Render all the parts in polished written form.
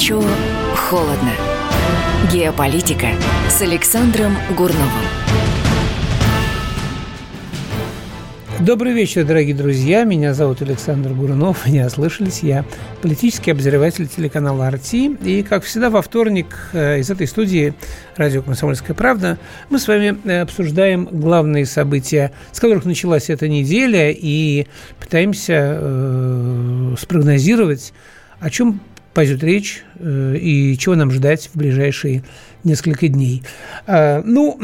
Горячо, холодно. Геополитика с Александром Гурновым. Добрый вечер, дорогие друзья. Меня зовут Александр Гурнов. Не ослышались, я политический обозреватель телеканала «Арти». И, как всегда, во вторник из этой студии радио «Комсомольская правда» мы с вами обсуждаем главные события, с которых началась эта неделя, и пытаемся спрогнозировать, о чем пойдет речь и чего нам ждать в ближайшие несколько дней. Эта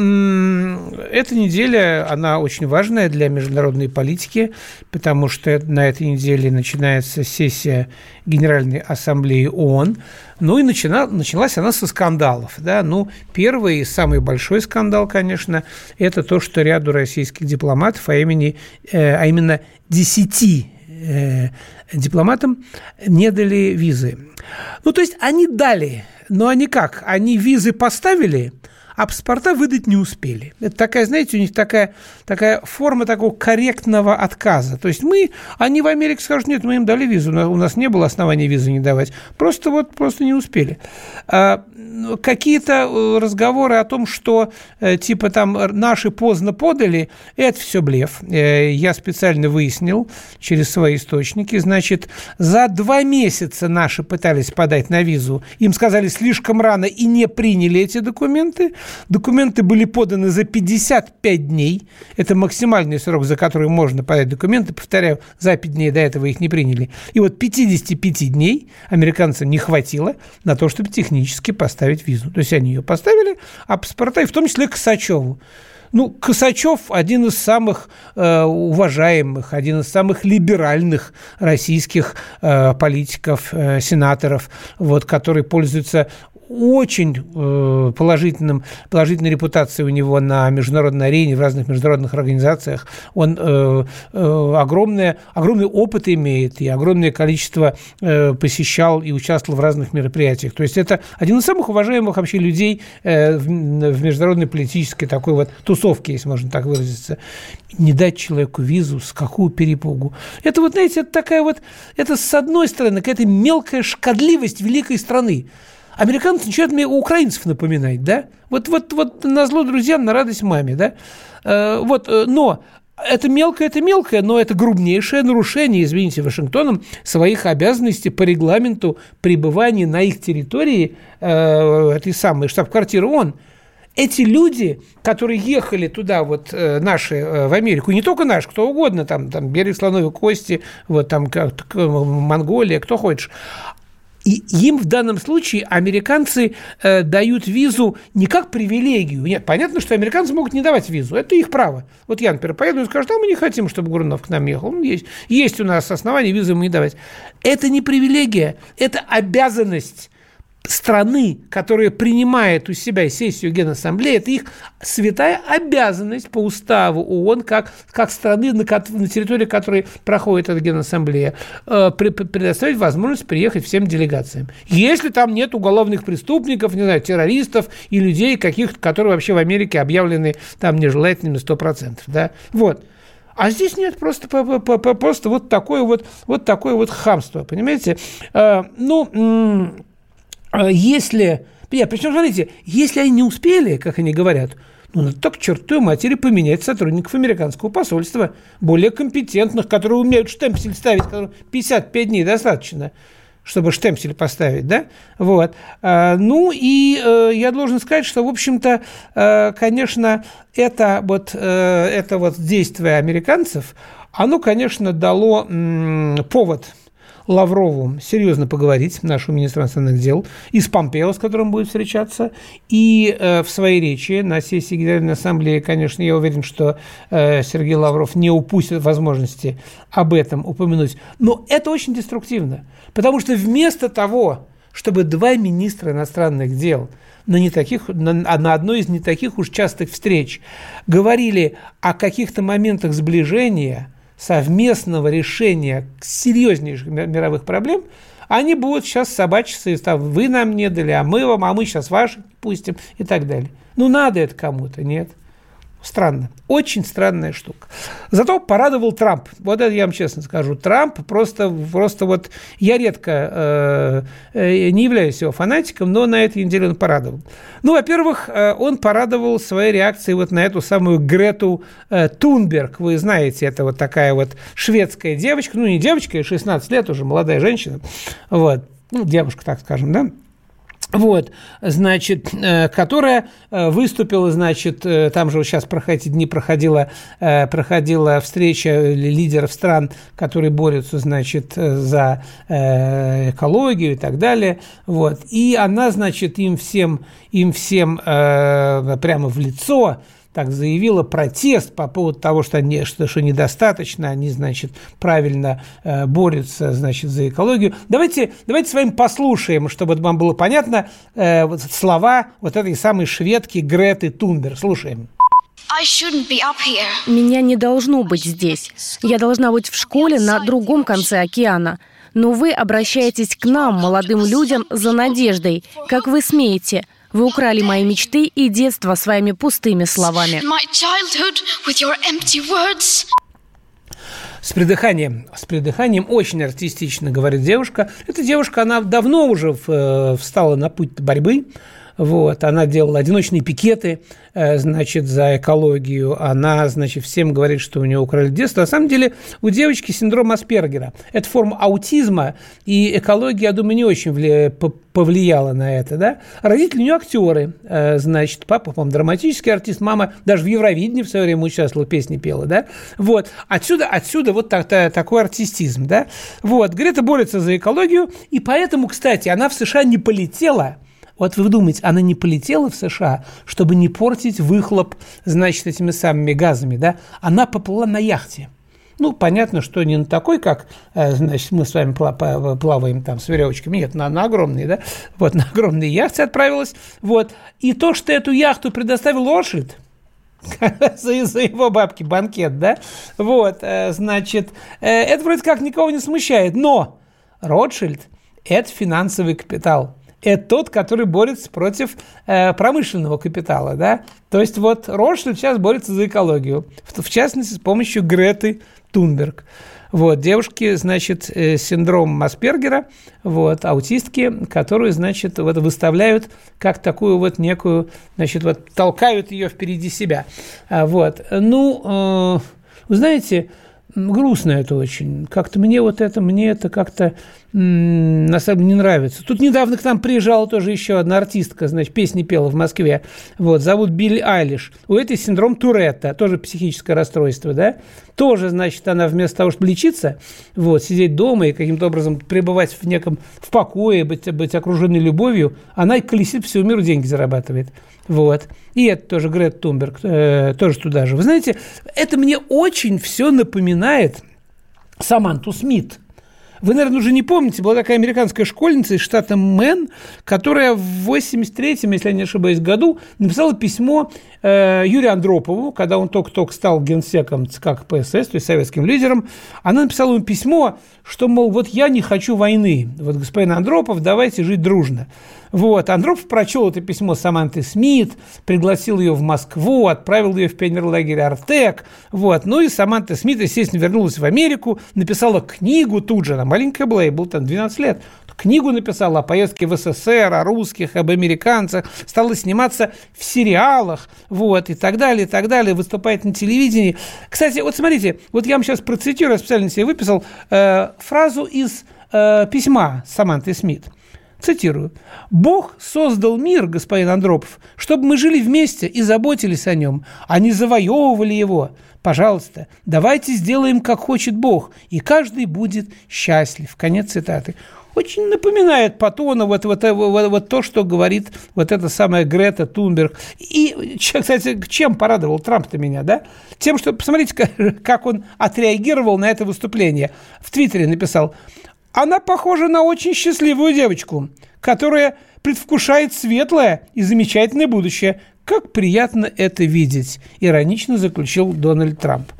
неделя, она очень важная для международной политики, потому что на этой неделе начинается сессия Генеральной Ассамблеи ООН. Ну и началась она со скандалов. Да? Первый и самый большой скандал, конечно, это то, что ряду российских дипломатов, а именно 10 дипломатам не дали визы. То есть они дали, но они как? Они визы поставили, а паспорта выдать не успели. Это такая, знаете, у них такая форма такого корректного отказа. То есть они в Америке скажут: нет, мы им дали визу, у нас не было оснований визу не давать. Просто не успели. Какие-то разговоры о том, что типа там наши поздно подали, это все блеф. Я специально выяснил через свои источники. Значит, за 2 месяца наши пытались подать на визу. Им сказали слишком рано и не приняли эти документы. Документы были поданы за 55 дней. Это максимальный срок, за который можно подать документы. Повторяю, за 5 дней до этого их не приняли. И вот 55 дней американцам не хватило на то, чтобы технически поставить визу. То есть они ее поставили, а паспорта, и в том числе Косачеву. Косачев – один из самых уважаемых, один из самых либеральных российских политиков, сенаторов, который пользуется очень положительной репутацией у него на международной арене, в разных международных организациях. Он огромный опыт имеет и огромное количество посещал и участвовал в разных мероприятиях. То есть это один из самых уважаемых вообще людей в международной политической такой тусовке, если можно так выразиться. Не дать человеку визу, с какого перепугу. Это знаете, это такая это с одной стороны какая-то мелкая шкодливость великой страны. Американцы начинают мне украинцев напоминать, да? Назло друзьям, на радость маме, да? Но это мелкое, но это грубнейшее нарушение, извините, Вашингтоном своих обязанностей по регламенту пребывания на их территории этой самой штаб-квартиры ООН. Эти люди, которые ехали туда, наши, в Америку, не только наши, кто угодно, там берег Слоновой Кости, Монголия, кто хочешь, и им в данном случае американцы дают визу не как привилегию. Нет, понятно, что американцы могут не давать визу. Это их право. Я, например, поеду и скажу: мы не хотим, чтобы Гурнов к нам ехал. Есть у нас основания визу ему не давать. Это не привилегия, это обязанность страны, которая принимает у себя сессию Генассамблеи. Это их святая обязанность по уставу ООН, как страны, на территории которой проходит эта Генассамблея, предоставить возможность приехать всем делегациям. Если там нет уголовных преступников, не знаю, террористов и людей каких-то, которые вообще в Америке объявлены там нежелательными 100%. Да? А здесь нет, просто такое хамство, понимаете? Причем, смотрите, если они не успели, как они говорят, надо так к чертовой матери поменять сотрудников американского посольства, более компетентных, которые умеют штемпель ставить, которым 55 дней достаточно, чтобы штемпель поставить, да? Я должен сказать, что, в общем-то, конечно, это действие американцев, оно, конечно, дало повод Лаврову серьезно поговорить, нашему министру иностранных дел, и с Помпео, с которым будет встречаться, и в своей речи на сессии Генеральной Ассамблеи, конечно, я уверен, что Сергей Лавров не упустит возможности об этом упомянуть. Но это очень деструктивно, потому что вместо того, чтобы 2 министра иностранных дел на одной из не таких уж частых встреч говорили о каких-то моментах сближения, совместного решения серьезнейших мировых проблем, они будут сейчас собачиться и сказать: вы нам не дали, а мы вам, а мы сейчас ваши пустим и так далее. Надо это кому-то, нет? Странно. Очень странная штука. Зато порадовал Трамп. Вот это я вам честно скажу. Трамп просто вот... Я редко не являюсь его фанатиком, но на этой неделе он порадовал. Ну, во-первых, он порадовал своей реакцией вот на эту самую Грету Тунберг. Вы знаете, это вот такая вот шведская девочка. Ну, не девочка, 16 лет уже, молодая женщина. Вот. Ну, девушка, так скажем, да? Вот, значит, которая выступила, значит, там же вот сейчас эти дни проходила встреча лидеров стран, которые борются, значит, за экологию и так далее, вот, и она, значит, им всем прямо в лицо так заявила протест по поводу того, что недостаточно, они, значит, правильно борются, значит, за экологию. Давайте с вами послушаем, чтобы вам было понятно, слова вот этой самой шведки Греты Тунберг. Слушаем. Меня не должно быть здесь. Я должна быть в школе на другом конце океана. Но вы обращаетесь к нам, молодым людям, за надеждой. Как вы смеете? Вы украли мои мечты и детство своими пустыми словами. С придыханием очень артистично говорит девушка. Эта девушка, она давно уже встала на путь борьбы. Вот, она делала одиночные пикеты, значит, за экологию. Она, значит, всем говорит, что у нее украли детство. На самом деле у девочки синдром Аспергера. Это форма аутизма, и экология, я думаю, не очень повлияла на это. Да? Родители у нее актеры. Значит, папа, по-моему, драматический артист, мама даже в Евровидении в свое время участвовала, песни пела. Да? Вот. Отсюда вот такой артистизм. Да? Вот. Грета борется за экологию, и поэтому, кстати, она в США не полетела. Вот вы думаете, она не полетела в США, чтобы не портить выхлоп, значит, этими самыми газами, да? Она поплыла на яхте. Ну, понятно, что не на такой, как, значит, мы с вами плаваем там с веревочками. Нет, на огромной, да? Вот, на огромной яхте отправилась. Вот. И то, что эту яхту предоставил Ротшильд, за его бабки банкет, да? Вот, значит, это вроде как никого не смущает. Но Ротшильд – это финансовый капитал. Это тот, который борется против промышленного капитала, да? То есть вот Ротшильд сейчас борется за экологию, в частности, с помощью Греты Тунберг. Вот, девушки, значит, с синдромом Аспергера, вот, аутистки, которые, значит, вот, выставляют как такую вот некую, значит, вот, толкают ее впереди себя. Вот, ну, вы знаете, грустно это очень. Как-то мне это как-то на самом деле не нравится. Тут недавно к нам приезжала тоже еще одна артистка, значит, песни пела в Москве. Вот, зовут Билли Айлиш. У этой синдром Туретта, тоже психическое расстройство, да? Тоже, значит, она вместо того, чтобы лечиться, вот, сидеть дома и каким-то образом пребывать в покое, быть окруженной любовью, она колесит по всему миру, деньги зарабатывает. Вот. И это тоже Грета Тунберг, тоже туда же. Вы знаете, это мне очень все напоминает Саманту Смит. Вы, наверное, уже не помните, была такая американская школьница из штата Мэн, которая в 83-м, если я не ошибаюсь, году написала письмо Юрию Андропову, когда он только-только стал генсеком ЦК КПСС, то есть советским лидером. Она написала ему письмо, что, мол, вот я не хочу войны. Вот, господин Андропов, давайте жить дружно. Вот. Андропов прочел это письмо Саманты Смит, пригласил ее в Москву, отправил ее в пионерлагерь Артек. Вот. Ну и Саманта Смит, естественно, вернулась в Америку, написала книгу тут же, она маленькая была, ей было там 12 лет. Книгу написала о поездке в СССР, о русских, об американцах, стала сниматься в сериалах, вот, и так далее, выступает на телевидении. Кстати, вот смотрите, вот я вам сейчас процитирую, я специально себе выписал фразу из письма Саманты Смит. Цитирую. «Бог создал мир, господин Андропов, чтобы мы жили вместе и заботились о нем, а не завоевывали его. Пожалуйста, давайте сделаем, как хочет Бог, и каждый будет счастлив». Конец цитаты. Очень напоминает по тону вот то, что говорит вот эта самая Грета Тунберг. И, кстати, чем порадовал Трамп-то меня, да? Тем, что, посмотрите, как он отреагировал на это выступление. В Твиттере написал: «Она похожа на очень счастливую девочку, которая предвкушает светлое и замечательное будущее. Как приятно это видеть», – иронично заключил Дональд Трамп.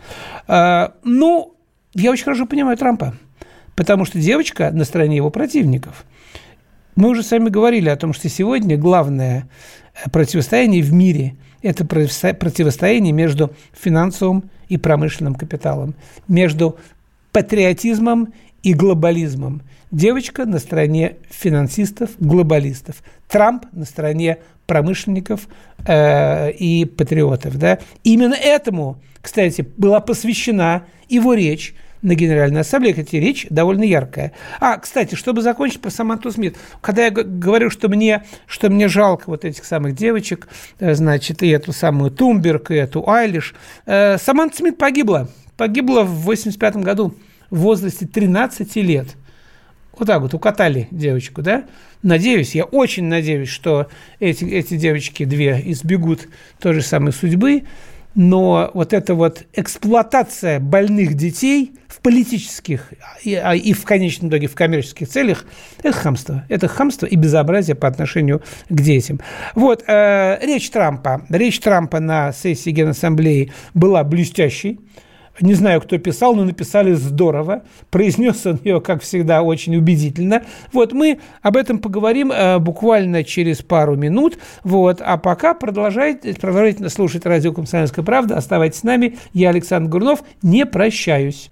Ну, я очень хорошо понимаю Трампа, потому что девочка на стороне его противников. Мы уже с вами говорили о том, что сегодня главное противостояние в мире – это противостояние между финансовым и промышленным капиталом, между патриотизмом и глобализмом. Девочка на стороне финансистов, глобалистов. Трамп на стороне промышленников и патриотов. Да? Именно этому, кстати, была посвящена его речь на Генеральной Ассамблее. Кстати, речь довольно яркая. Кстати, чтобы закончить про Саманту Смит. Когда я говорю, что мне жалко вот этих самых девочек, значит, и эту самую Тунберг, и эту Айлиш, Саманта Смит погибла. Погибла в 1985 году в возрасте 13 лет. Вот так вот укатали девочку, да? Надеюсь, я очень надеюсь, что эти девочки две избегут той же самой судьбы. Но вот эта вот эксплуатация больных детей в политических и в конечном итоге в коммерческих целях – это хамство. Это хамство и безобразие по отношению к детям. Вот, речь Трампа на сессии Генассамблеи была блестящей. Не знаю, кто писал, но написали здорово. Произнес он ее, как всегда, очень убедительно. Вот, мы об этом поговорим буквально через пару минут. Вот, а пока продолжайте слушать радио «Комсомольская правда». Оставайтесь с нами. Я Александр Гурнов. Не прощаюсь.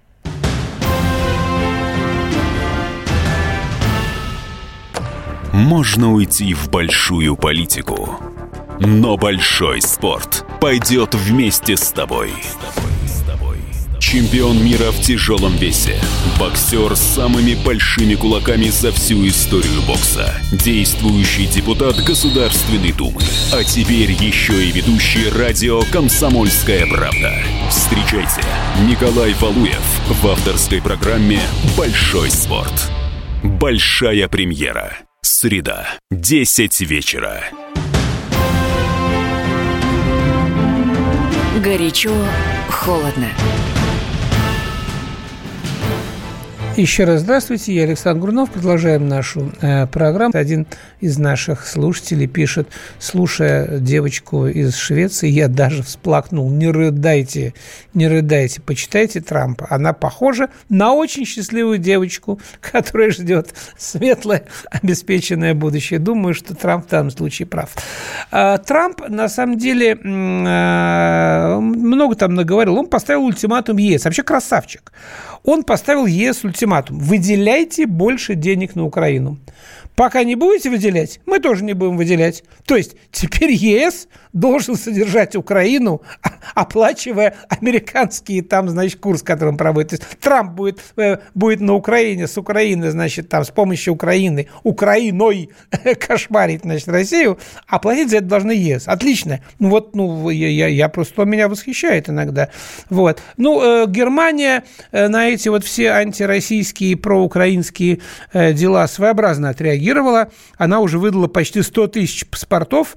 Можно уйти в большую политику, но большой спорт пойдет вместе с тобой. Чемпион мира в тяжелом весе. Боксер с самыми большими кулаками за всю историю бокса. Действующий депутат Государственной Думы. А теперь еще и ведущий радио «Комсомольская правда». Встречайте, Николай Валуев в авторской программе «Большой спорт». Большая премьера. Среда, 10 вечера. Горячо, холодно. Еще раз здравствуйте, я Александр Гурнов. Продолжаем нашу программу. Один из наших слушателей пишет: слушая девочку из Швеции, я даже всплакнул. Не рыдайте, почитайте Трампа. Она похожа на очень счастливую девочку, которая ждет светлое, обеспеченное будущее. Думаю, что Трамп в данном случае прав. Трамп, на самом деле, много там наговорил. Он поставил ультиматум ЕС. Вообще красавчик. Он поставил ЕС ультиматум: выделяйте больше денег на Украину. Пока не будете выделять, мы тоже не будем выделять. То есть теперь ЕС должен содержать Украину, оплачивая американский курс, который он проводит. То есть Трамп будет на Украине, с Украины, с помощью Украиной кошмарить, Россию, а платить за это должны ЕС. Отлично. Я просто, меня восхищает иногда. Вот. Германия на эти все антироссийские и проукраинские дела своеобразно отреагировала. Она уже выдала почти 100 тысяч паспортов,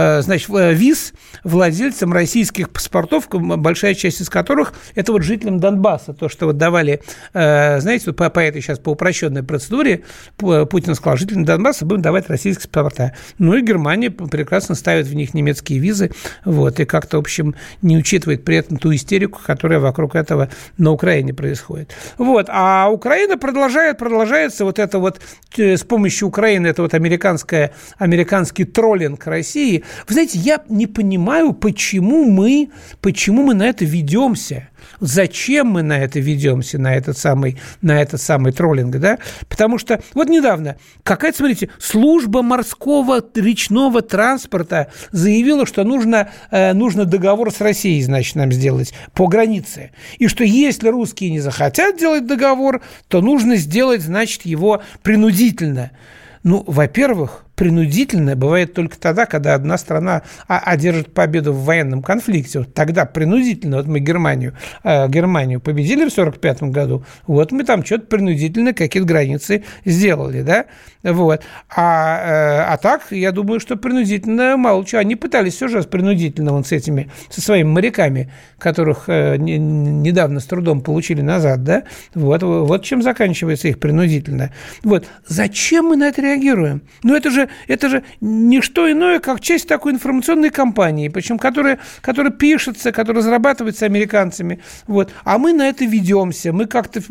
виз владельцам российских паспортов, большая часть из которых это жителям Донбасса. То, что давали, по этой сейчас по упрощенной процедуре, Путин сказал: жителям Донбасса будем давать российские паспорта. И Германия прекрасно ставит в них немецкие визы, и как-то, в общем, не учитывает при этом ту истерику, которая вокруг этого на Украине происходит. А Украина продолжается с помощью Украины, это американский троллинг России. Вы знаете, я не понимаю, почему мы на это ведемся. Зачем мы на это ведемся, на этот самый троллинг, да? Потому что недавно какая-то, служба морского речного транспорта заявила, что нужно договор с Россией, нам сделать по границе. И что если русские не захотят делать договор, то нужно сделать, его принудительно. Во-первых, принудительно бывает только тогда, когда одна страна одержит победу в военном конфликте. Тогда принудительно. Мы Германию победили в 1945 году. Мы там что-то принудительно какие-то границы сделали, да? А так, я думаю, что принудительно мало чего. Они пытались все же принудительно со своими моряками, которых недавно с трудом получили назад, да? Вот чем заканчивается их принудительно. Зачем мы на это реагируем? Это же же не что иное, как часть такой информационной кампании, причем которая пишется, которая разрабатывается американцами. Вот. А мы на это ведемся, мы как-то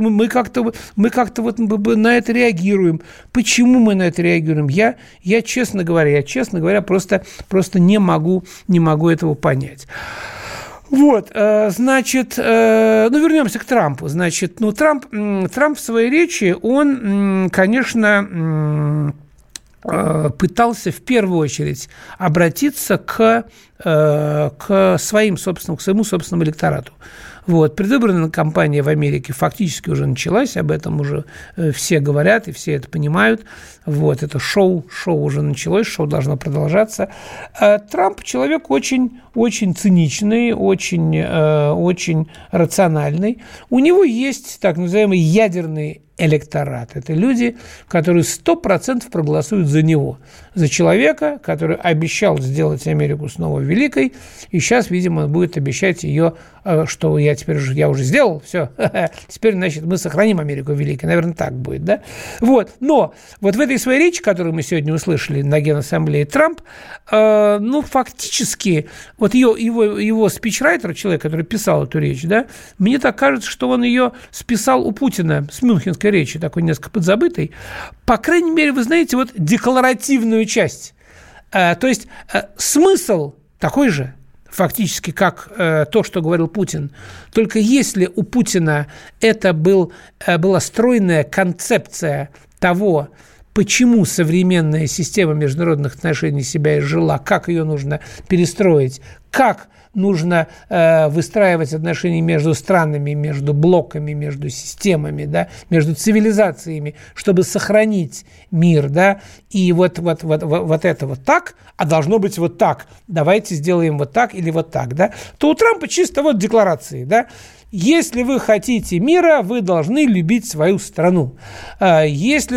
вот на это реагируем. Почему мы на это реагируем? Я честно говоря, просто не могу этого понять. Вот, значит, вернемся к Трампу. Значит, Трамп в своей речи, он, конечно, пытался в первую очередь обратиться к своему собственному электорату. Вот. Предвыборная кампания в Америке фактически уже началась, об этом уже все говорят и все это понимают. Вот. Это шоу уже началось, шоу должно продолжаться. Трамп человек очень, очень циничный, очень рациональный. У него есть так называемый ядерный электорат. Это люди, которые 100% проголосуют за него. За человека, который обещал сделать Америку снова великой, и сейчас, видимо, он будет обещать ее, что я уже сделал, все, теперь, значит, мы сохраним Америку великой. Наверное, так будет, да? Вот. Но вот в этой своей речи, которую мы сегодня услышали на Генассамблее, Трамп, фактически, вот его спичрайтер, человек, который писал эту речь, да, мне так кажется, что он ее списал у Путина с мюнхенской речи, такой несколько подзабытой. По крайней мере, вы знаете, вот декларативную часть. То есть смысл такой же, фактически, как то, что говорил Путин. Только если у Путина это была стройная концепция того, почему современная система международных отношений себя изжила, как ее нужно перестроить, как нужно выстраивать отношения между странами, между блоками, между системами, да, между цивилизациями, чтобы сохранить мир, да, и вот это вот так, а должно быть вот так, давайте сделаем вот так или вот так, да, то у Трампа чисто вот декларации, да. Если вы хотите мира, вы должны любить свою страну. Если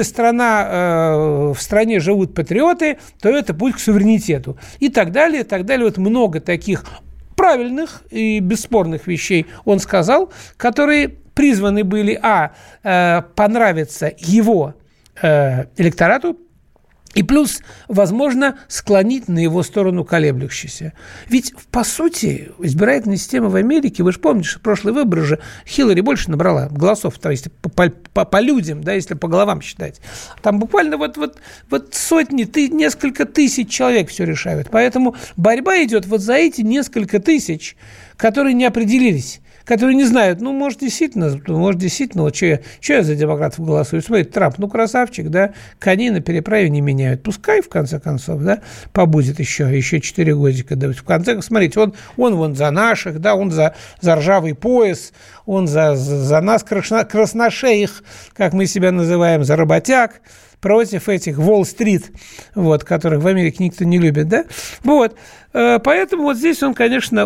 в стране живут патриоты, то это путь к суверенитету. И так далее, и так далее. Вот много таких правильных и бесспорных вещей он сказал, которые призваны были, понравиться его электорату, и плюс, возможно, склонить на его сторону колеблющихся. Ведь, по сути, избирательная система в Америке, вы же помните, что в прошлые выборы же Хиллари больше набрала голосов, то есть по людям, да, если по головам считать. Там буквально вот сотни, несколько тысяч человек все решают. Поэтому борьба идет вот за эти несколько тысяч, которые не определились, которые не знают, может, действительно, вот что я за демократов голосую. Смотрите, Трамп, красавчик, да, коней на переправе не меняют. Пускай, в конце концов, да, побудет еще 4 годика. Да, в конце, смотрите, он вон за наших, да, он за ржавый пояс, он за нас, красношеих, как мы себя называем, за работяг, против этих Уолл-стрит, вот, которых в Америке никто не любит, да, вот, поэтому вот здесь он, конечно,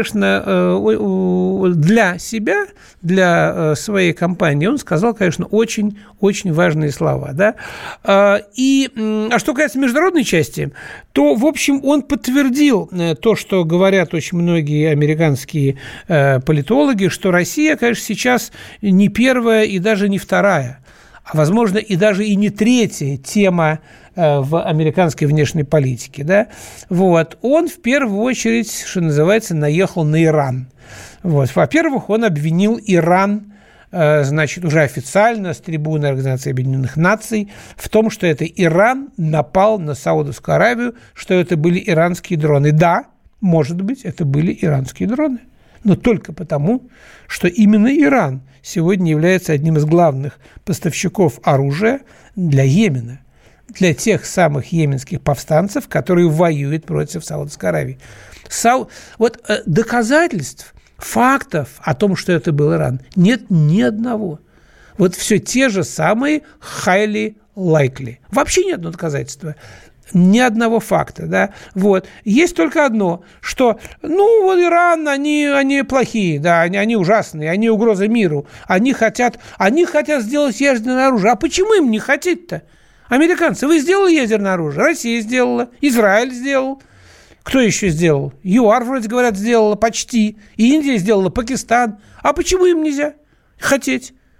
для себя, для своей компании, он сказал, конечно, очень, очень важные слова, да, а что касается международной части, то, в общем, он подтвердил то, что говорят очень многие американские политологи, что Россия, конечно, сейчас не первая и даже не вторая, а, возможно, и даже и не третья тема в американской внешней политике, да, вот, он в первую очередь, что называется, наехал на Иран. Вот. Во-первых, он обвинил Иран, значит, уже официально с трибуны Организации Объединенных Наций в том, что это Иран напал на Саудовскую Аравию, что это были иранские дроны. Да, может быть, это были иранские дроны, но только потому, что именно Иран сегодня является одним из главных поставщиков оружия для Йемена, для тех самых йеменских повстанцев, которые воюют против Саудовской Аравии. Доказательств, фактов о том, что это был Иран, нет ни одного. Вот все те же самые highly likely. Вообще ни одного доказательства. Ни одного факта, да, вот. Есть только одно, что, Иран, они плохие, да, они ужасные, они угроза миру, они хотят сделать ядерное оружие. А почему им не хотеть-то? Американцы, вы сделали ядерное оружие? Россия сделала, Израиль сделал. Кто еще сделал? ЮАР, вроде говорят, сделала почти. Индия сделала, Пакистан. А почему им нельзя хотеть?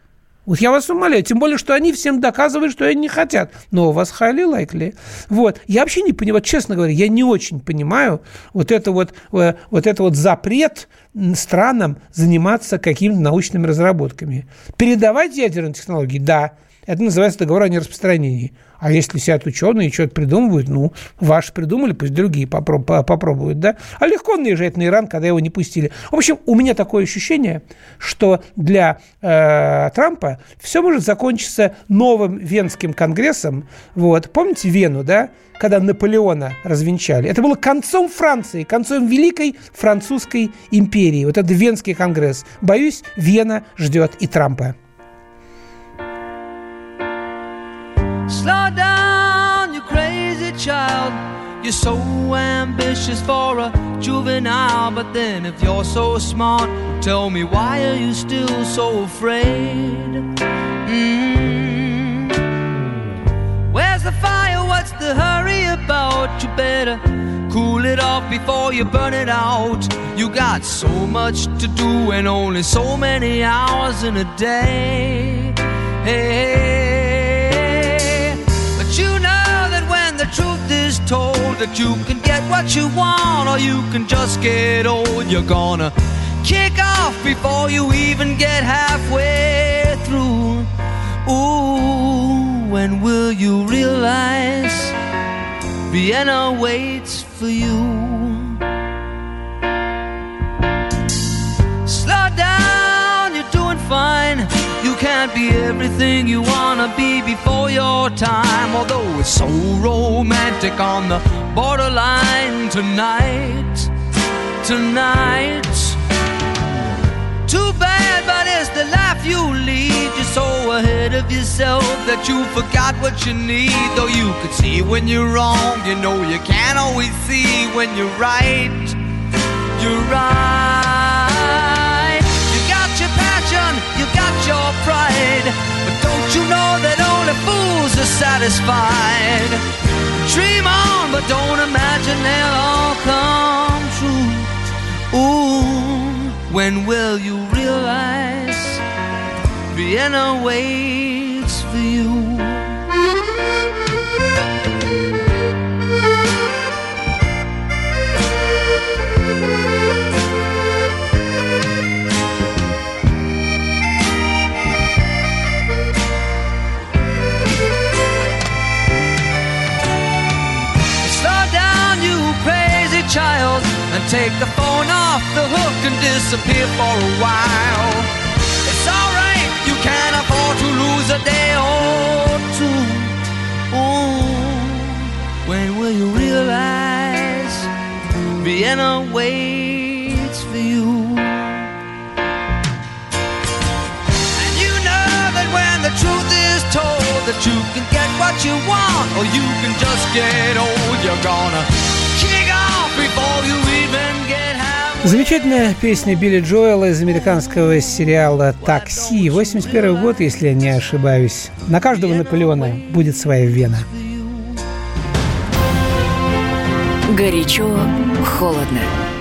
Вот я вас умоляю, тем более, что они всем доказывают, что они не хотят. Но у вас highly likely. Вот. Я вообще не понимаю, честно говоря, я не очень понимаю вот это вот запрет странам заниматься какими-то научными разработками. Передавать ядерные технологии, да, это называется договор о нераспространении. А если сидят ученые и что-то придумывают, ваши придумали, пусть другие попробуют, да? А легко наезжать на Иран, когда его не пустили. В общем, у меня такое ощущение, что для Трампа все может закончиться новым Венским конгрессом. Вот. Помните Вену, да? Когда Наполеона развенчали. Это было концом Франции, концом Великой Французской империи. Вот это Венский конгресс. Боюсь, Вена ждет и Трампа. Slow down, you crazy child. You're so ambitious for a juvenile. But then if you're so smart, tell me, why are you still so afraid? Where's the fire? What's the hurry about? You better cool it off before you burn it out. You got so much to do and only so many hours in a day. Hey. You know that when the truth is told, that you can get what you want or you can just get old. You're gonna kick off before you even get halfway through. Ooh, when will you realize Vienna waits for you? Slow down, you're doing fine. You can't be everything you wanna be before your time. Although it's so romantic on the borderline tonight. Too bad, but it's the life you lead. You're so ahead of yourself that you forgot what you need. Though you could see when you're wrong, you know you can't always see when you're right. You're right. You got your passion, you got your pride, but don't you know that only fools are satisfied? Dream on, but don't imagine they'll all come true. Ooh, when will you realize Vienna waits for you? Child, and take the phone off the hook and disappear for a while. It's alright, you can't afford to lose a day or two. Ooh, when will you realize Vienna waits for you? And you know that when the truth is told, that you can get what you want or you can just get old. You're gonna kick off before you even get halfway. Замечательная песня Билли Джоэла из американского сериала «Такси». 81 год, если я не ошибаюсь. На каждого Наполеона будет своя Вена. Горячо, холодно.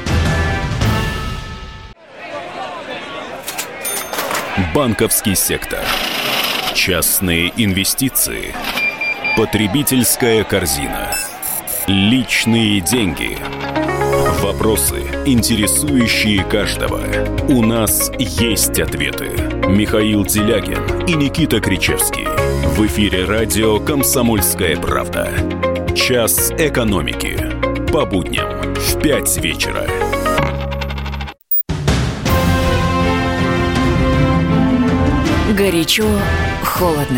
Банковский сектор. Частные инвестиции. Потребительская корзина. Личные деньги. Вопросы, интересующие каждого. У нас есть ответы. Михаил Делягин и Никита Кричевский. В эфире радио «Комсомольская правда». Час экономики. По будням в 5 вечера. Горячо, холодно.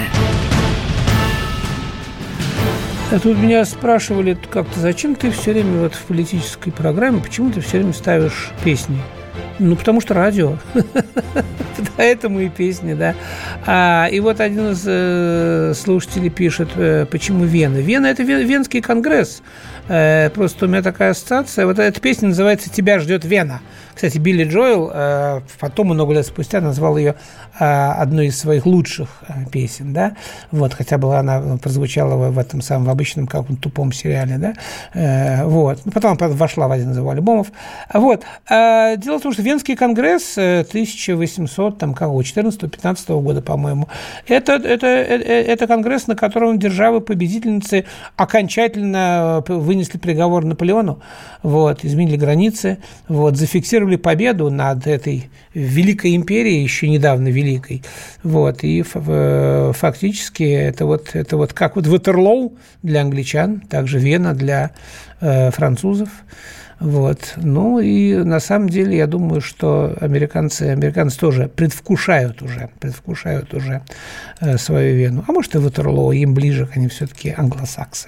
А тут меня спрашивали как-то, зачем ты все время вот в политической программе, почему ты все время ставишь песни? Ну, потому что радио. Поэтому и песни, да. И вот один из слушателей пишет, почему Вена. Вена – это Венский конгресс. Просто у меня такая ассоциация. Вот эта песня называется «Тебя ждет Вена». Кстати, Билли Джоэл потом, много лет спустя, назвал ее одной из своих лучших песен, да, вот, хотя бы она прозвучала в этом самом, в обычном каком-то тупом сериале, да, вот, потом она вошла в один из его альбомов, вот. Дело в том, что Венский конгресс 1800 14-15 года, по-моему. Это конгресс, на котором державы-победительницы окончательно вынесли приговор Наполеону, изменили границы, зафиксировали победу над этой великой империей, еще недавно великой. И фактически это как Ватерлоу для англичан, также Вена для французов. И на самом деле я думаю, что американцы тоже предвкушают уже свою Вену. А может и Ватерлоо, им ближе, они все-таки англосаксы.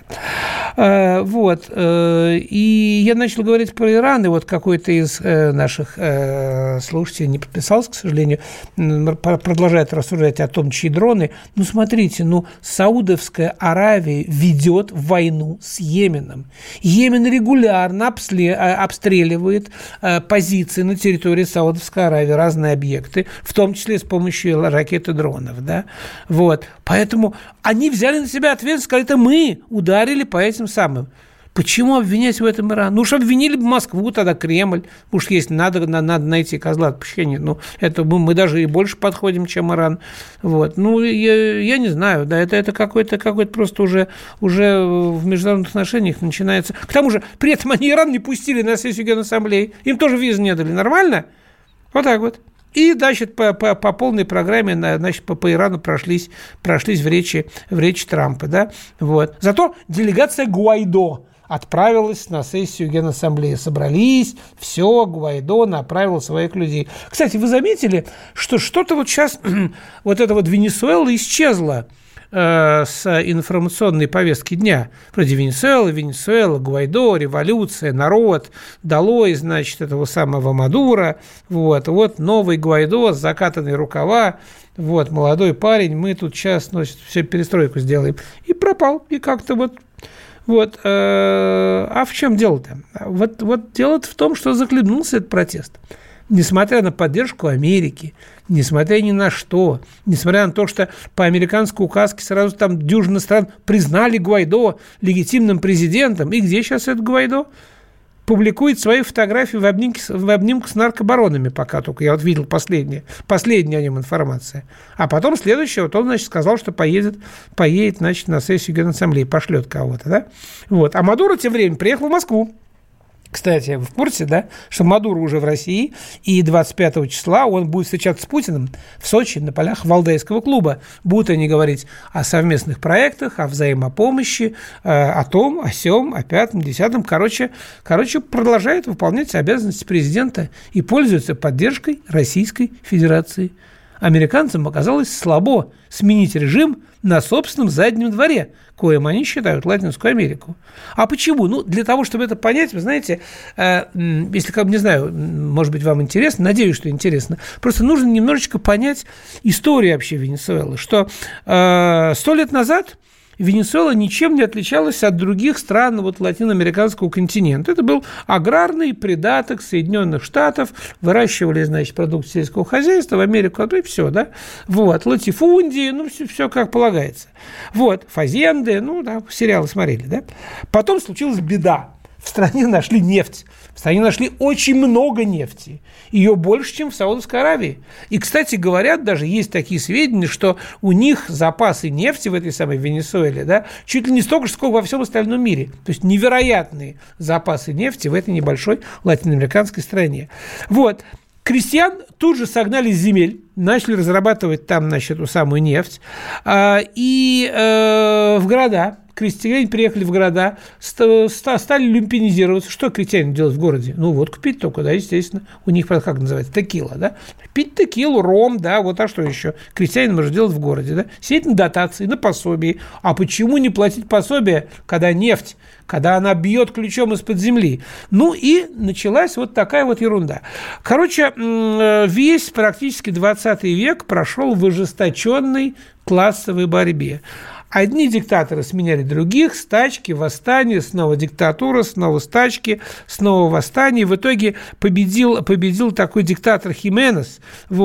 И я начал говорить про Иран, и какой-то из наших слушателей не подписался, к сожалению, продолжает рассуждать о том, чьи дроны. Смотрите, Саудовская Аравия ведет войну с Йеменом. Йемен регулярно обстреливает позиции на территории Саудовской Аравии, разные объекты, в том числе с помощью ракет и дронов. Да? Поэтому они взяли на себя ответственность, сказали, это мы ударили по этим самым. Почему обвинять в этом Иран? Уж обвинили бы Москву, тогда Кремль. Уж если надо найти козла отпущения. Это мы даже и больше подходим, чем Иран. Я не знаю. Да, это какой-то просто уже в международных отношениях начинается. К тому же, при этом они Иран не пустили на сессию Генассамблеи. Им тоже визы не дали. Нормально? Вот так вот. И, по полной программе, по Ирану прошлись в речи Трампа. Да? Зато делегация Гуайдо отправилась на сессию Генассамблеи. Собрались, все, Гуайдо направил своих людей. Кстати, вы заметили, что что-то сейчас эта Венесуэла исчезла с информационной повестки дня. Вроде Венесуэла, Гуайдо, революция, народ, долой, этого самого Мадуро. Новый Гуайдо, закатанные рукава. Молодой парень, мы тут сейчас все перестройку сделаем. И пропал. И как-то а в чем дело-то? Дело-то в том, что захлебнулся этот протест. Несмотря на поддержку Америки, несмотря ни на что, несмотря на то, что по американской указке сразу там дюжина стран признали Гуайдо легитимным президентом. И где сейчас этот Гуайдо? Публикует свои фотографии в обнимку с наркобаронами пока только. Я видел последняя о нем информация. А потом следующее, он, сказал, что поедет, на сессию Генассамблеи, пошлет кого-то, да? А Мадуро тем временем приехал в Москву. Кстати, вы в курсе, да, что Мадуро уже в России, и 25 числа он будет встречаться с Путиным в Сочи на полях Валдайского клуба. Будут они говорить о совместных проектах, о взаимопомощи, о том, о сём, о пятом, десятом. Короче, продолжает выполнять обязанности президента и пользуется поддержкой Российской Федерации. Американцам оказалось слабо сменить режим на собственном заднем дворе, коим они считают Латинскую Америку. А почему? Для того, чтобы это понять, вы знаете, если, не знаю, может быть, вам интересно, надеюсь, что интересно, просто нужно немножечко понять историю вообще Венесуэлы, что 100 лет назад Венесуэла ничем не отличалась от других стран латиноамериканского континента. Это был аграрный придаток Соединенных Штатов, выращивали, продукты сельского хозяйства, в Америку, и все, да, латифундии, все как полагается. Фазенды, сериалы смотрели, да. Потом случилась беда. В стране нашли нефть. В стране нашли очень много нефти. Ее больше, чем в Саудовской Аравии. И, кстати говоря, даже есть такие сведения, что у них запасы нефти в этой самой Венесуэле, да, чуть ли не столько же, сколько во всем остальном мире. То есть невероятные запасы нефти в этой небольшой латиноамериканской стране. Крестьян тут же согнали с земель, начали разрабатывать там, эту самую нефть. И в города крестьяне приехали в города, стали люмпинизироваться. Что крестьяне делают в городе? Водку пить только, да, естественно. У них, как называется, текила, да? Пить текилу, ром, да, а что еще? Крестьянин может делать в городе, да? Сидеть на дотации, на пособии. А почему не платить пособие, когда нефть, когда она бьет ключом из-под земли? И началась такая ерунда. Весь практически 20 век прошел в ожесточенной классовой борьбе. Одни диктаторы сменяли других, стачки, восстания, снова диктатура, снова стачки, снова восстание. В итоге победил такой диктатор Хименес,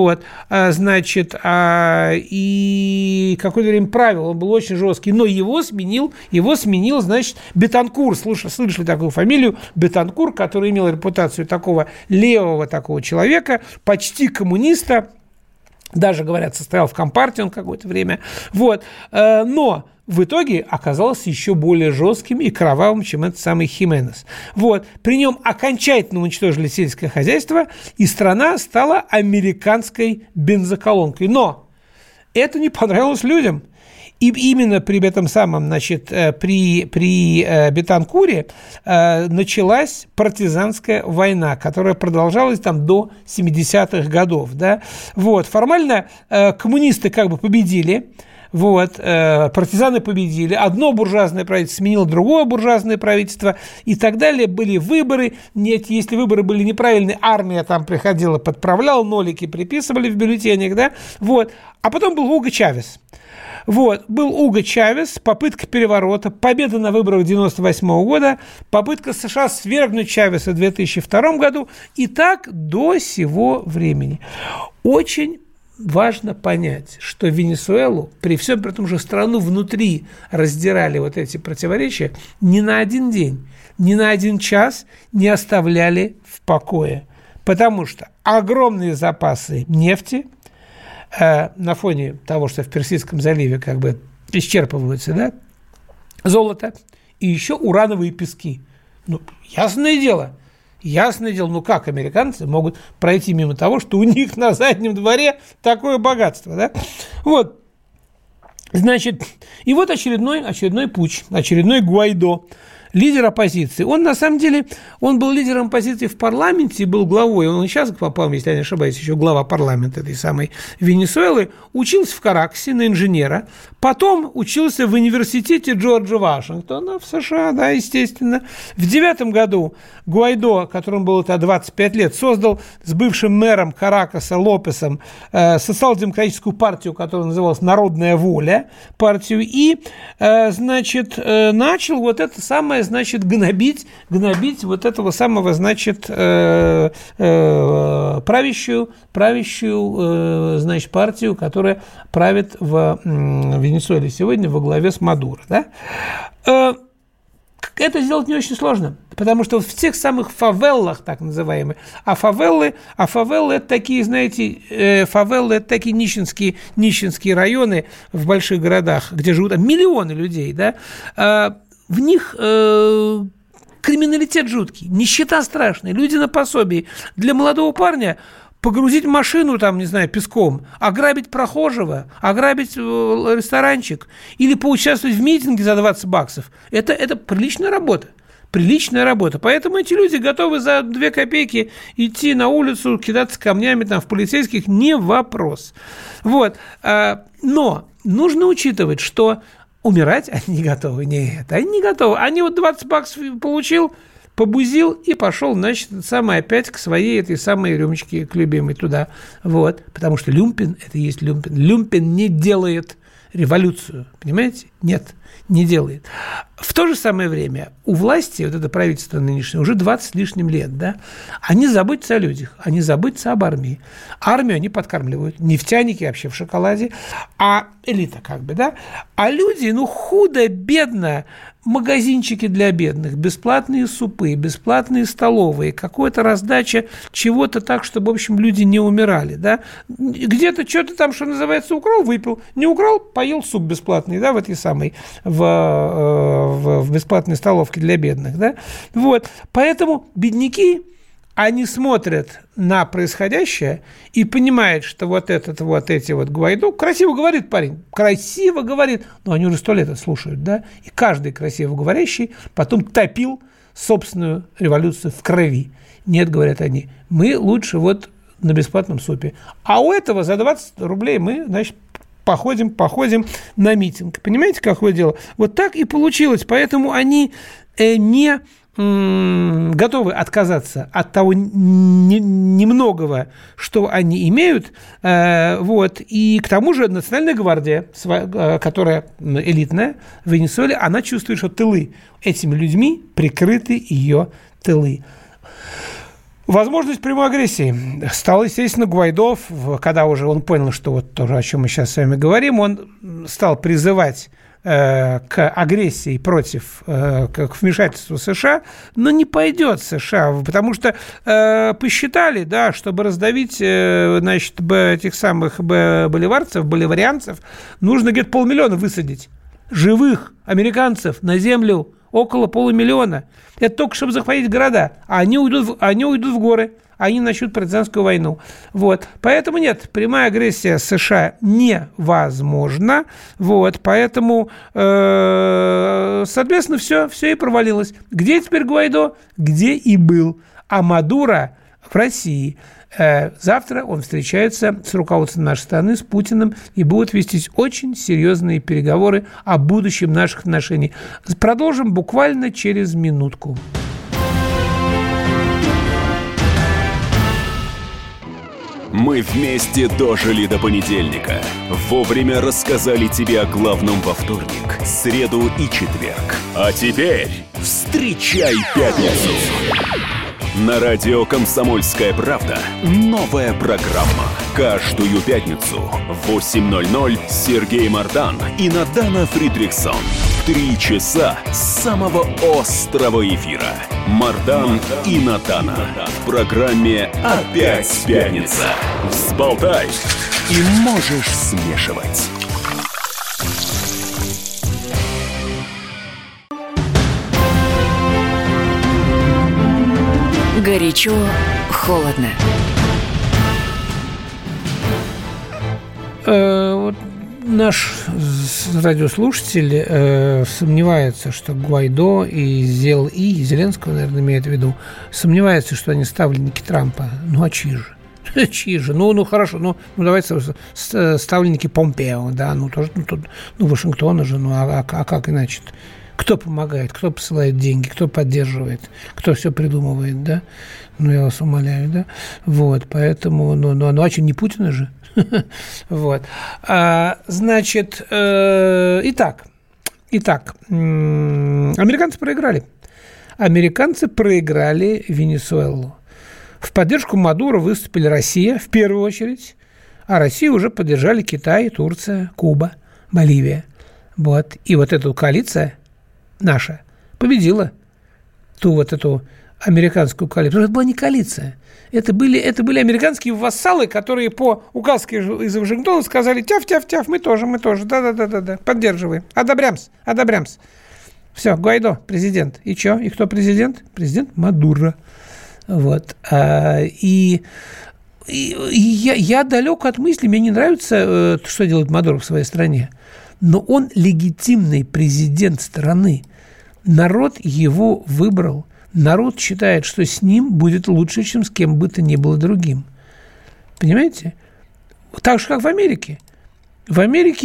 и какое-то время правил, он был очень жесткий, но его сменил, Бетанкур, слышали такую фамилию, Бетанкур, который имел репутацию такого левого такого человека, почти коммуниста. Даже, говорят, состоял в Компартии он какое-то время. Вот. Но в итоге оказался еще более жестким и кровавым, чем этот самый Хименес. Вот. При нем окончательно уничтожили сельское хозяйство, и страна стала американской бензоколонкой. Но это не понравилось людям. И именно при этом самом, значит, при Бетанкуре началась партизанская война, которая продолжалась там до 70-х годов. Да? Вот. Формально коммунисты как бы победили. Вот, партизаны победили, одно буржуазное правительство сменило другое буржуазное правительство и так далее. Были выборы, нет, если выборы были неправильные, армия там приходила, подправляла, нолики приписывали в бюллетенях, да, вот. А потом был Уго Чавес. Вот, был Уго Чавес, попытка переворота, победа на выборах 1998 года, попытка США свергнуть Чавеса в 2002 году и так до сего времени. Очень важно понять, что Венесуэлу, при всем при том, что страну внутри раздирали вот эти противоречия, ни на один день, ни на один час не оставляли в покое. Потому что огромные запасы нефти на фоне того, что в Персидском заливе как бы исчерпываются, да, золото и еще урановые пески. Ну, ясное дело, ну как американцы могут пройти мимо того, что у них на заднем дворе такое богатство, да? Вот, значит, и вот очередной путч, очередной Гуайдо, лидер оппозиции. Он, на самом деле, он был лидером оппозиции в парламенте, был главой, он сейчас, по-моему, если я не ошибаюсь, еще глава парламента этой самой Венесуэлы, учился в Каракасе на инженера, потом учился в университете Джорджа Вашингтона в США, да, естественно. В 2009 году Гуайдо, которому было тогда 25 лет, создал с бывшим мэром Каракаса Лопесом социал-демократическую партию, которая называлась «Народная воля», партию, и, значит, начал вот это самое, значит, гнобить вот этого самого, значит, правящую, значит, партию, которая правит в Венесуэле сегодня во главе с Мадуро, да? Это сделать не очень сложно, потому что в тех самых фавеллах, так называемых, а фавеллы это такие, знаете, фавеллы – это такие нищенские районы в больших городах, где живут миллионы людей, да, в них криминалитет жуткий, нищета страшная, люди на пособии. Для молодого парня погрузить машину, там, не знаю, песком, ограбить прохожего, ограбить ресторанчик или поучаствовать в митинге за $20 – это приличная работа. Приличная работа. Поэтому эти люди готовы за 2 копейки идти на улицу, кидаться камнями там, в полицейских – не вопрос. Вот. Но нужно учитывать, что умирать они не готовы. Нет, они не готовы. Они вот $20 получил, побузил и пошел, значит, опять к своей этой самой рюмочке, к любимой туда. Вот. Потому что люмпен – это и есть люмпен. Люмпен не делает революцию. Понимаете? Нет, не делает. В то же самое время у власти, вот это правительство нынешнее, уже 20 с лишним лет, да, они заботятся о людях, они заботятся об армии. Армию они подкармливают, нефтяники вообще в шоколаде, а элита как бы, да, а люди, ну, худо-бедно, магазинчики для бедных, бесплатные супы, бесплатные столовые, какая-то раздача чего-то так, чтобы, в общем, люди не умирали, да, где-то что-то там, что называется, украл, выпил, не украл, поел суп бесплатный, да, в этой самой, в бесплатной столовке для бедных, да, вот, поэтому бедняки, они смотрят на происходящее и понимают, что вот эти Гуайдо, красиво говорит парень, красиво говорит, но они уже 100 лет это слушают, да, и каждый красиво говорящий потом топил собственную революцию в крови. Нет, говорят они, мы лучше вот на бесплатном супе, а у этого за 20 рублей мы, значит, походим на митинг. Понимаете, какое дело? Вот так и получилось, поэтому они не готовы отказаться от того немногого, что они имеют, вот, и к тому же Национальная гвардия, которая элитная в Венесуэле, она чувствует, что тылы этими людьми прикрыты ее тылы. Возможность прямой агрессии стал, естественно, Гуайдо, когда уже он понял, что вот то, о чем мы сейчас с вами говорим, он стал призывать к агрессии против, к вмешательству США, но не пойдет США, потому что посчитали, да, чтобы раздавить, значит, этих самых боливарианцев, нужно где-то 500 000 высадить живых американцев на землю, около 500 000. Это только чтобы захватить города, а они уйдут в горы. Они начнут партизанскую войну. Вот. Поэтому нет, прямая агрессия США невозможна. Вот. Поэтому, соответственно, все и провалилось. Где теперь Гуайдо? Где и был. А Мадуро в России. Завтра он встречается с руководством нашей страны, с Путиным, и будут вестись очень серьезные переговоры о будущем наших отношений. Продолжим буквально через минутку. Мы вместе дожили до понедельника. Вовремя рассказали тебе о главном во вторник, среду и четверг. А теперь встречай пятницу. На радио «Комсомольская правда» новая программа. Каждую пятницу в 8:00 Сергей Мардан и Надана Фридрихсон. 3 часа самого острого эфира. Мардан и Надана. В программе «Опять пятница». Взболтай и можешь смешивать. Горячо, холодно. Вот наш радиослушатель сомневается, что Гуайдо и Зеленского, наверное, имеет в виду, сомневается, что они ставленники Трампа. Ну, а чьи же? Чьи же? Ну, хорошо, давайте ставленники Помпео, да, Вашингтона же, а как иначе-то? Кто помогает, кто посылает деньги, кто поддерживает, кто все придумывает, да? Я вас умоляю, да? Вот, поэтому, а что, не Путина же? Вот. Значит, итак, американцы проиграли. Американцы проиграли Венесуэлу. В поддержку Мадуро выступили Россия, в первую очередь, а Россию уже поддержали Китай, Турция, Куба, Боливия. Вот. И вот эта коалиция наша победила эту американскую коалицию. Это была не коалиция. Это были американские вассалы, которые по указке из Вашингтона сказали: тяф, мы тоже, да, поддерживаем, одобрямс. Все, Гуайдо президент. И что? И кто президент? Президент Мадуро. Вот. И я далек от мысли, мне не нравится, что делает Мадуро в своей стране, но он легитимный президент страны. Народ его выбрал. Народ считает, что с ним будет лучше, чем с кем бы то ни было другим. Понимаете? Так же, как в Америке. В Америке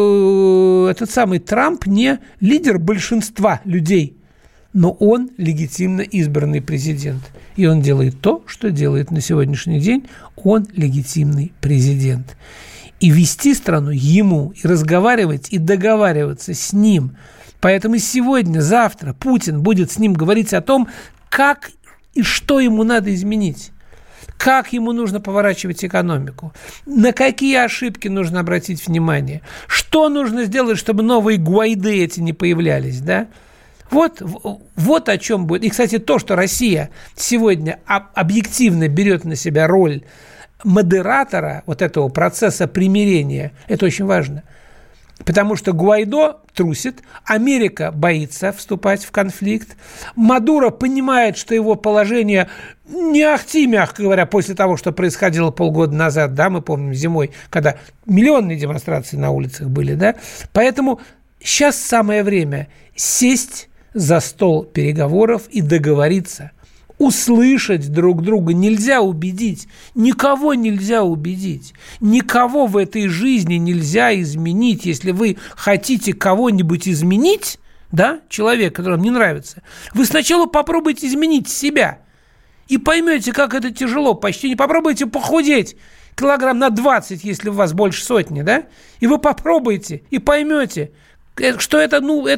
этот самый Трамп не лидер большинства людей, но он легитимно избранный президент. И он делает то, что делает на сегодняшний день. Он легитимный президент. И вести страну ему, и разговаривать, и договариваться с ним. Поэтому сегодня, завтра Путин будет с ним говорить о том, как и что ему надо изменить. Как ему нужно поворачивать экономику, на какие ошибки нужно обратить внимание, что нужно сделать, чтобы новые Гуайды эти не появлялись, да? Вот о чем будет. И, кстати, то, что Россия сегодня объективно берет на себя роль модератора вот этого процесса примирения, это очень важно. Потому что Гуайдо трусит, Америка боится вступать в конфликт, Мадуро понимает, что его положение не ахти, мягко говоря, после того, что происходило полгода назад, да, мы помним зимой, когда миллионные демонстрации на улицах были, да, поэтому сейчас самое время сесть за стол переговоров и договориться. Услышать друг друга нельзя убедить. Никого нельзя убедить. Никого в этой жизни нельзя изменить. Если вы хотите кого-нибудь изменить, да, человек, который вам не нравится, вы сначала попробуйте изменить себя. И поймете, как это тяжело. Почти не попробуйте похудеть килограмм на 20, если у вас больше сотни, да? И вы попробуйте и поймете, что это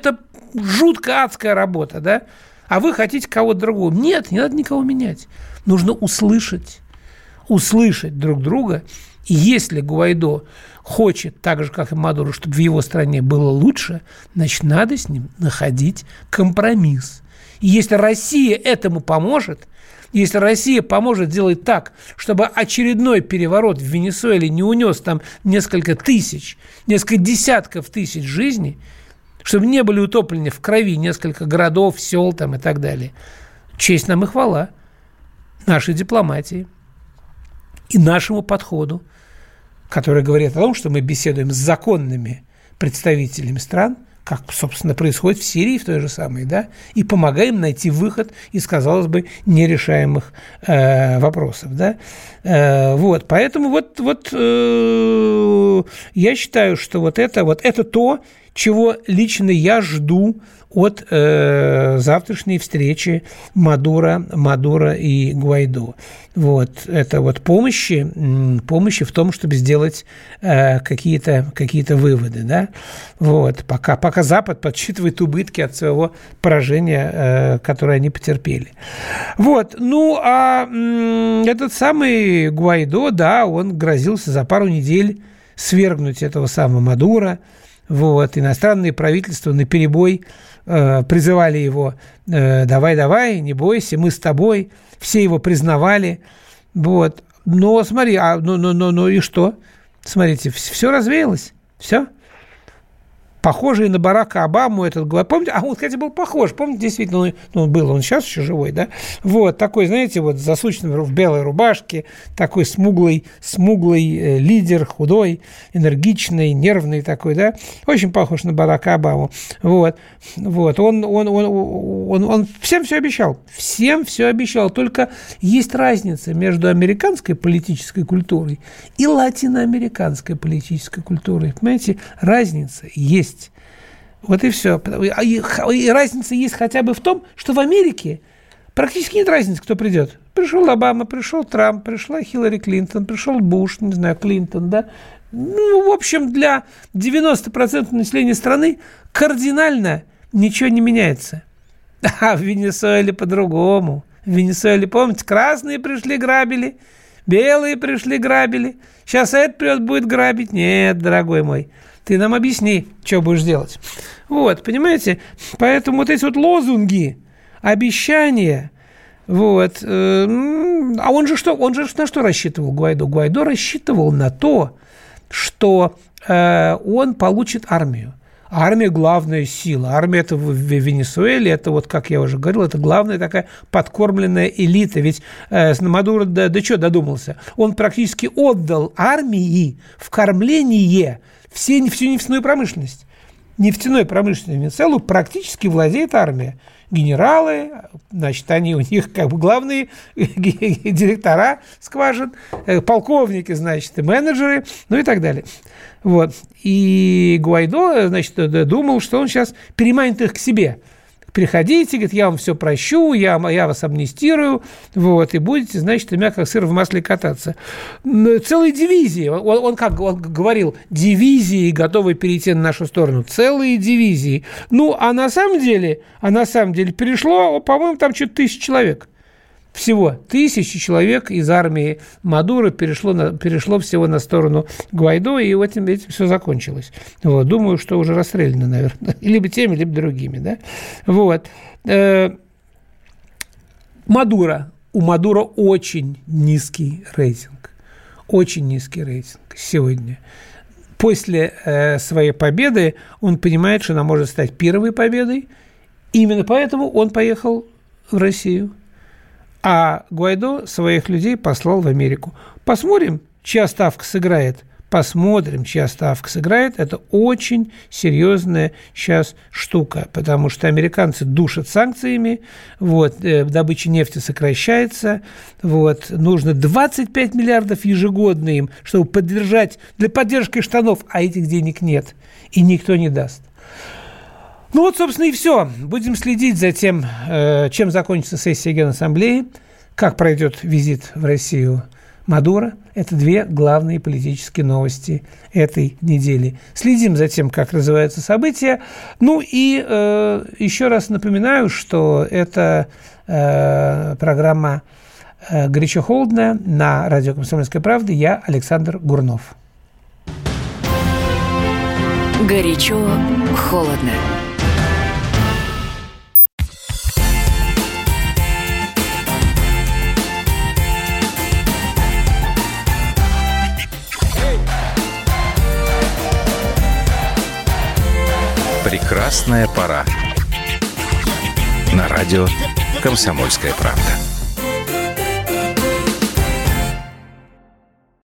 жуткая адская работа, да? А вы хотите кого-то другого. Нет, не надо никого менять. Нужно услышать друг друга И если Гуайдо хочет, так же, как и Мадуро, чтобы в его стране было лучше, значит, надо с ним находить компромисс. И если Россия этому поможет, если Россия поможет сделать так, чтобы очередной переворот в Венесуэле не унес там несколько десятков тысяч жизней, чтобы не были утоплены в крови несколько городов, сел там и так далее, честь нам и хвала нашей дипломатии и нашему подходу, который говорит о том, что мы беседуем с законными представителями стран, как, собственно, происходит в Сирии в той же самой, да, и помогаем найти выход из, казалось бы, нерешаемых вопросов, да. Вот, поэтому я считаю, что это то, чего лично я жду от завтрашней встречи Мадуро и Гуайдо. Вот, это вот помощи в том, чтобы сделать какие-то выводы, да. Вот, пока Запад подсчитывает убытки от своего поражения, которое они потерпели. Вот, ну, а этот самый Гуайдо, да, он грозился за пару недель свергнуть этого самого Мадуро. Вот, иностранные правительства наперебой призывали его: давай, не бойся, мы с тобой. Все его признавали. Вот. Но смотри, ну и что? Смотрите, все развеялось. Все. Похожий на Барака Обаму этот, помните, он, кстати, был похож, помните, действительно, он сейчас еще живой, да, вот, такой, знаете, вот, засученный в белой рубашке, такой смуглый лидер, худой, энергичный, нервный такой, да, очень похож на Барака Обаму, вот, он всем все обещал, только есть разница между американской политической культурой и латиноамериканской политической культурой, понимаете, разница есть. Вот и все. И разница есть хотя бы в том, что в Америке практически нет разницы, кто придет. Пришел Обама, пришел Трамп, пришла Хиллари Клинтон, пришел Буш, не знаю, Клинтон, да. Ну, в общем, для 90% населения страны кардинально ничего не меняется. А в Венесуэле по-другому. В Венесуэле, помните, красные пришли, грабили, белые пришли, грабили. Сейчас этот придет, будет грабить. Нет, дорогой мой. Ты нам объясни, что будешь делать. Вот, понимаете? Поэтому вот эти вот лозунги, обещания, вот. А он же на что рассчитывал, Гуайдо? Гуайдо рассчитывал на то, что он получит армию. Армия – главная сила. Армия – это в Венесуэле, это вот, как я уже говорил, это главная такая подкормленная элита. Ведь Мадуро до чего додумался? Он практически отдал армии в кормление всю нефтяную промышленность. Нефтяной промышленностью Венесуэлы практически владеет армия. Генералы, значит, они у них как бы главные директора скважин, полковники, значит, и менеджеры, ну и так далее. Вот. И Гуайдо, значит, думал, что он сейчас переманит их к себе. Приходите, говорит, я вам все прощу, я вас амнистирую, вот, и будете, значит, у меня как сыр в масле кататься. Целые дивизии, он говорил, дивизии готовы перейти на нашу сторону, целые дивизии. Ну, а на самом деле перешло, по-моему, там что-то 1000 человек. Всего 1000 человек из армии Мадуро перешло всего на сторону Гуайдо, и этим все закончилось. Вот. Думаю, что уже расстреляно, наверное, либо теми, либо другими. Да? Вот. Мадуро. У Мадуро очень низкий рейтинг. Очень низкий рейтинг сегодня. После своей победы он понимает, что она может стать первой победой. Именно поэтому он поехал в Россию. А Гуайдо своих людей послал в Америку. Посмотрим, чья ставка сыграет. Это очень серьезная сейчас штука, потому что американцы душат санкциями, вот, добыча нефти сокращается, вот, нужно 25 миллиардов ежегодно им, чтобы для поддержки штанов, а этих денег нет, и никто не даст. Ну вот, собственно, и все. Будем следить за тем, чем закончится сессия Генассамблеи, как пройдет визит в Россию Мадуро. Это две главные политические новости этой недели. Следим за тем, как развиваются события. Ну и еще раз напоминаю, что это программа «Горячо-холодно» на радио «Комсомольская правда». Я Александр Гурнов. Горячо-холодно. Прекрасная пора. На радио «Комсомольская правда».